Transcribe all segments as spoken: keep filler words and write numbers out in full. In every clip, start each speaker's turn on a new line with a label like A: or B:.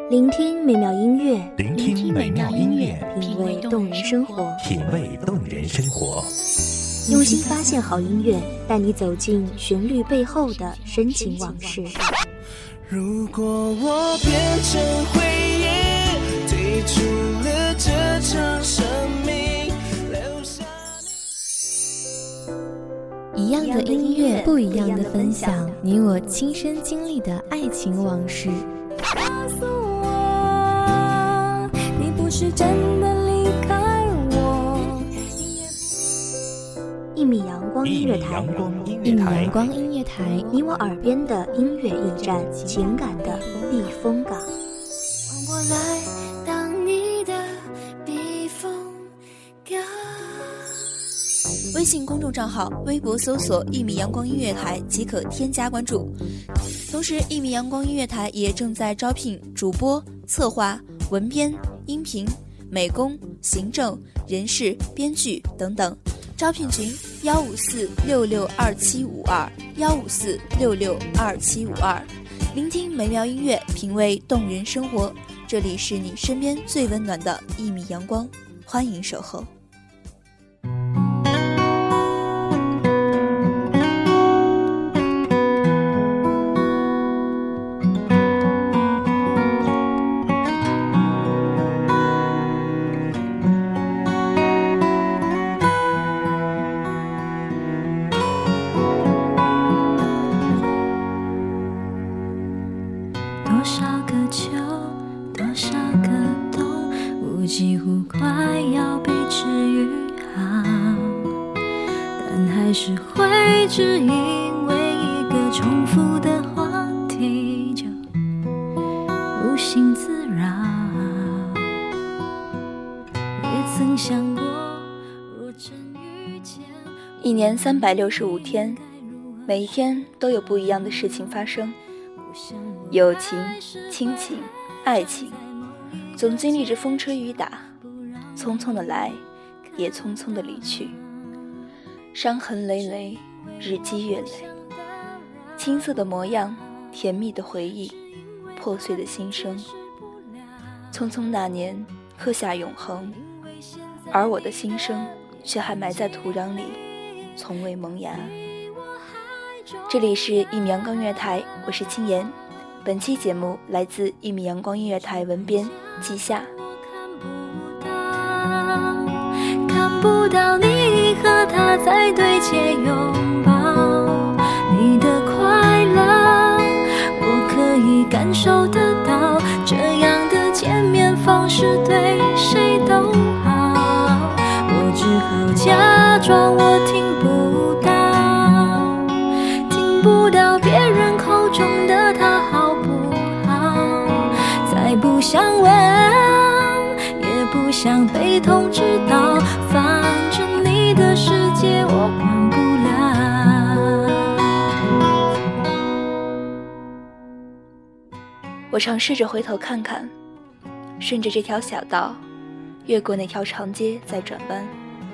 A: 聆听美妙音乐，
B: 聆听美妙音乐，
A: 品味动人生活，
B: 品味动人生活。
A: 用心发现好音乐，带你走进旋律背后的深情往事。
C: 如果我变成回忆，退出了这场生命，留下
D: 一样的音乐，不一样的分享，你我亲身经历的爱情往事。
E: 告诉我，你不是真的离开我。
A: 一米阳光音乐台，
D: 一米阳光音乐台，
A: 你我耳边的音乐驿站，情感的避风港。
E: 换我来当你的避风港。
F: 微信公众账号、微博搜索“一米阳光音乐台”即可添加关注。同时，一米阳光音乐台也正在招聘主播、策划、文编、音频、美工、行政、人事、编剧等等。招聘群：幺五四六六二七五二幺五四六六二七五二。聆听美妙音乐，品味动人生活。这里是你身边最温暖的一米阳光，欢迎守候。
E: 多少个秋，多少个冬，我几乎快要被治愈好，但还是会只因为一个重复的话题就无心自扰。也曾想过，若真遇见，
F: 一年三百六十五天，每一天都有不一样的事情发生。友情、亲情、爱情，总经历着风吹雨打，匆匆的来，也匆匆的离去。伤痕累累，日积月累，青涩的模样，甜蜜的回忆，破碎的心声。匆匆那年，刻下永恒，而我的心声却还埋在土壤里，从未萌芽。这里是一米阳光音乐台，我是青妍。本期节目来自一米阳光音乐台文编季夏。
E: 看不到你和他在对街拥抱，你的快乐我可以感受得到，这样的见面方式对谁都好，我只好假装我听不到，听不到别人口中的他好不好，再不想问，也不想被通知到，反正你的世界我管不了。
F: 我尝试着回头看看，顺着这条小道，越过那条长街，再转弯。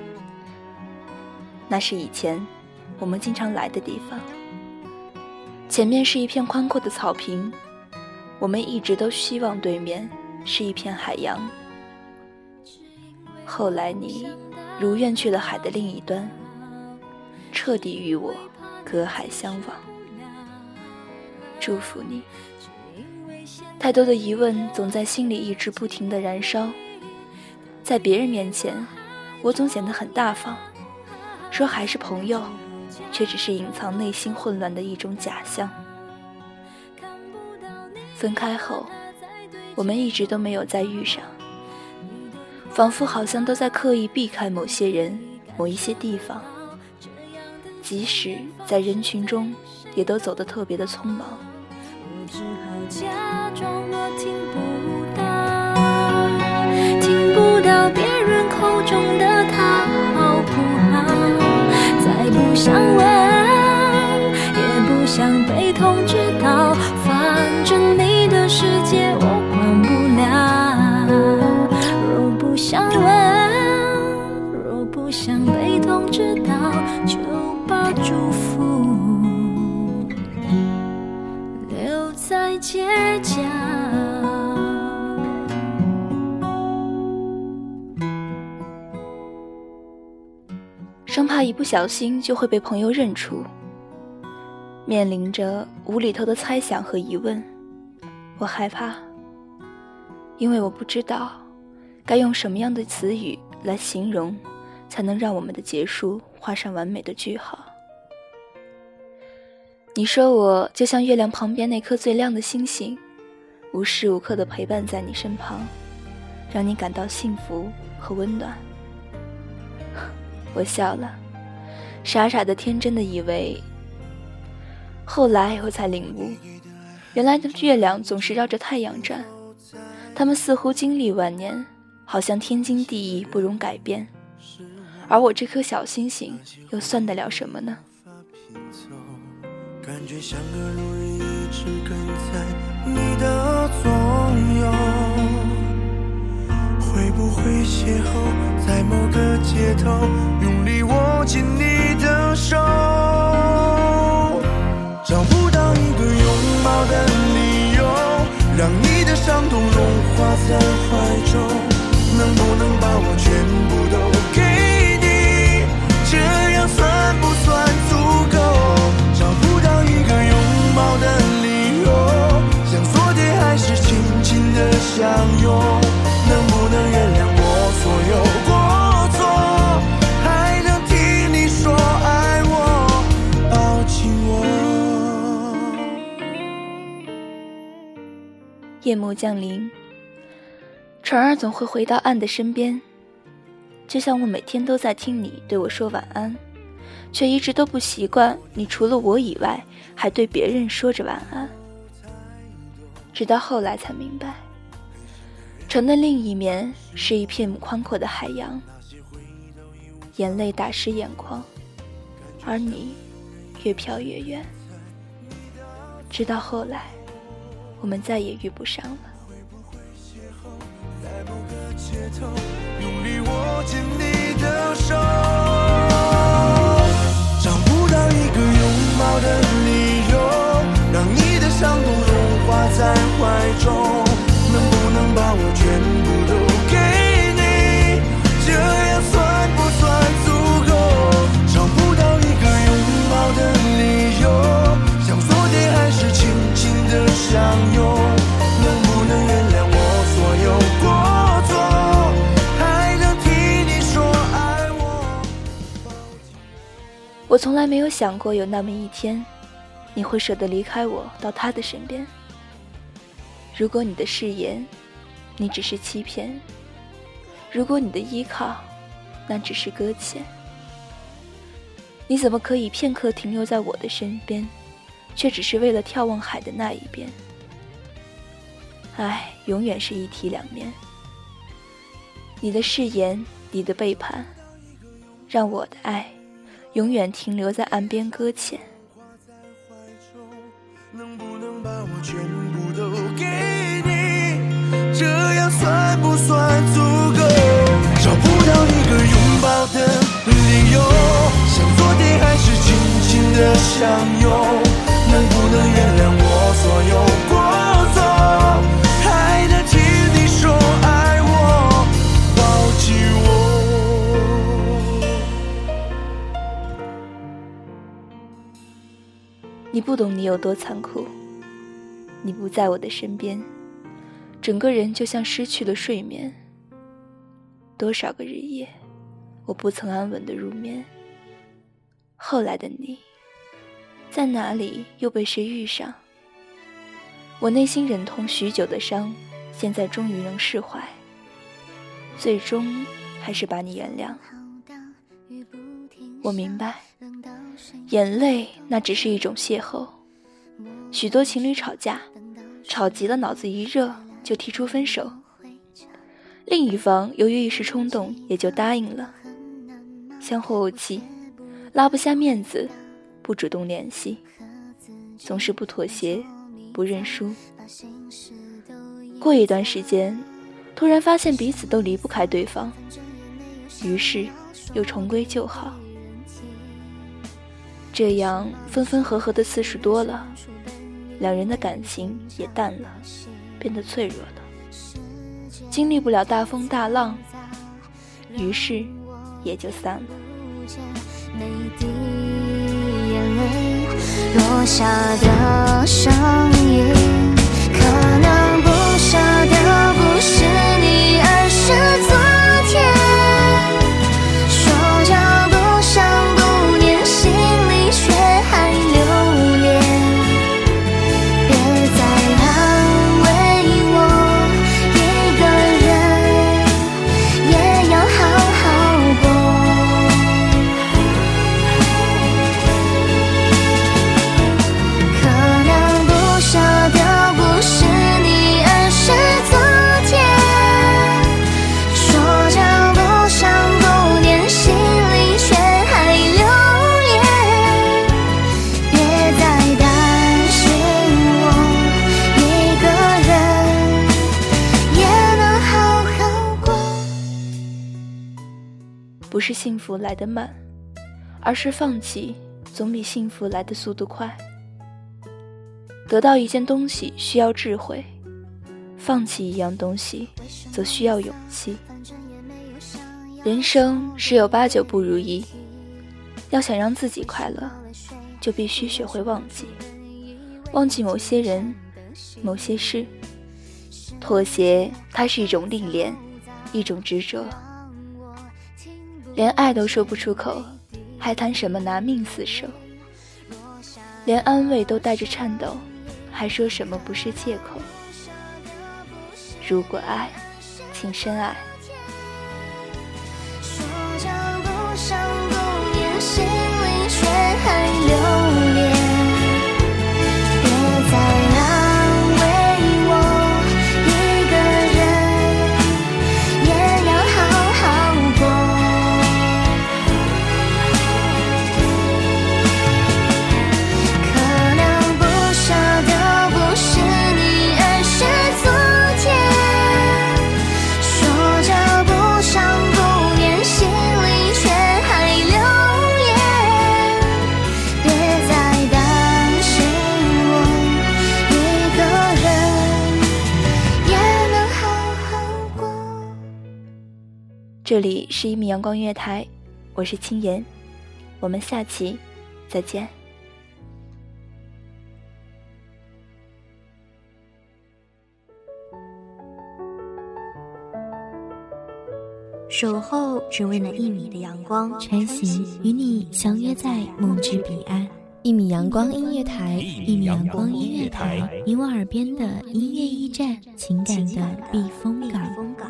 F: 那是以前我们经常来的地方，前面是一片宽阔的草坪，我们一直都希望对面是一片海洋。后来你如愿去了海的另一端，彻底与我隔海相望。祝福你。太多的疑问总在心里一直不停地燃烧，在别人面前我总显得很大方，说还是朋友，却只是隐藏内心混乱的一种假象。分开后，我们一直都没有再遇上，仿佛好像都在刻意避开某些人、某一些地方，即使在人群中，也都走得特别的匆忙。
E: 我只好假装我听不到，听不到别人口中的他好不好，再不想问，也不想被通知到，反正你的世界我管不了。若不想问，若不想被通知到，就把祝福留在街角。
F: 怕一不小心就会被朋友认出。面临着无厘头的猜想和疑问，我害怕，因为我不知道该用什么样的词语来形容，才能让我们的结束画上完美的句号。你说我就像月亮旁边那颗最亮的星星，无时无刻地陪伴在你身旁，让你感到幸福和温暖。我笑了，傻傻的天真的以为，后来我才领悟，原来的月亮总是绕着太阳转，它们似乎经历万年，好像天经地义不容改变，而我这颗小星星又算得了什么呢？
C: 感觉像个路人一直跟在你的左右，会不会邂逅在某个街头，用力握紧你的手，找不到一个拥抱的理由，让你的伤痛融化在怀中，能不能把我全部都给你，这样算不算足够？找不到一个拥抱的理由，像昨天还是轻轻的相拥，能不能原谅我所有过错，还能听你说爱我，抱紧我。
F: 夜幕降临，船儿总会回到岸的身边，就像我每天都在听你对我说晚安，却一直都不习惯你除了我以外还对别人说着晚安。直到后来才明白，船的另一面是一片宽阔的海洋，眼泪打湿眼眶，而你越飘越远。直到后来，我们再也遇不上了。
C: 在某个街头，用力握紧你的手，找不到一个拥抱的理由，让你的伤痛融化在怀中，能不能把我全部都给你，这样算不算足够？找不到一个拥抱的理由，像昨天还是轻轻的相拥，能不能原谅我所有过错，还能听你说爱我。
F: 我从来没有想过有那么一天，你会舍得离开我到他的身边。如果你的誓言，你只是欺骗；如果你的依靠，那只是搁浅。你怎么可以片刻停留在我的身边，却只是为了眺望海的那一边？爱永远是一体两面。你的誓言，你的背叛，让我的爱永远停留在岸边搁浅。
C: 能不能把我全部都给你，这样算不算足够？找不到一个拥抱的理由，像昨天还是轻轻的相拥，能不能原谅我所有过错，还能听你说爱我，抱紧我。
F: 你不懂你有多残酷，你不在我的身边，整个人就像失去了睡眠。多少个日夜，我不曾安稳的入眠。后来的你，在哪里又被谁遇上？我内心忍痛许久的伤，现在终于能释怀，最终还是把你原谅。我明白，眼泪那只是一种邂逅。许多情侣吵架，吵急了脑子一热就提出分手，另一方由于一时冲动也就答应了，相互怄气，拉不下面子，不主动联系，总是不妥协，不认输。过一段时间，突然发现彼此都离不开对方，于是又重归旧好。这样分分合合的次数多了，两人的感情也淡了，变得脆弱了，经历不了大风大浪，于是也就散了。
E: 每滴眼泪落下的声音，可能不舍的不是你，而是昨天。说着不想不念，心里却还留恋。别再安慰我，一个人也要好好过。可能不舍的不是你，而是昨天。说着不想不念，心里却还留恋。别再担心我，一个人也能好好过。
F: 不是幸福来得慢，而是放弃总比幸福来的速度快。得到一件东西需要智慧，放弃一样东西则需要勇气。人生十有八九不如意，要想让自己快乐，就必须学会忘记，忘记某些人、某些事。妥协，它是一种历练，一种执着。连爱都说不出口，还谈什么拿命厮守？连安慰都带着颤抖，还说什么不是借口？如果爱，请深爱。
E: 说着不想不念，心里却还留恋。别再安慰我，一个人也要好好过。可能不舍的不是你，而是昨天。说着不想不念，心里却还留恋。别再担心我，一个人也能好好过。
F: 这里是一米阳光音乐台，我是青言，我们下期再见。
A: 守候只为那一米的阳光，
D: 穿行与你相约在梦之彼岸。一米阳光音乐台，一米阳光音乐台，你我耳边的音乐驿站，情感的避风港。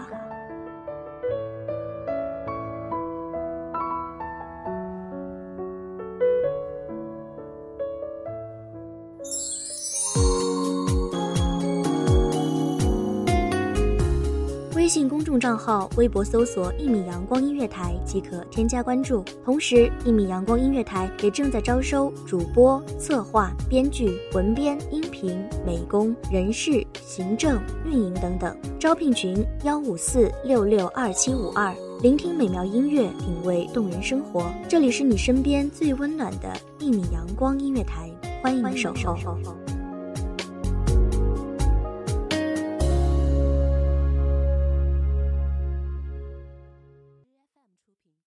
A: 微信公众账号、微博搜索“一米阳光音乐台”即可添加关注。同时，一米阳光音乐台也正在招收主播、策划、编剧、文编、音频、美工、人事、行政、运营等等。招聘群：幺五四六六二七五二。聆听美妙音乐，品味动人生活。这里是你身边最温暖的一米阳光音乐台，欢迎守候。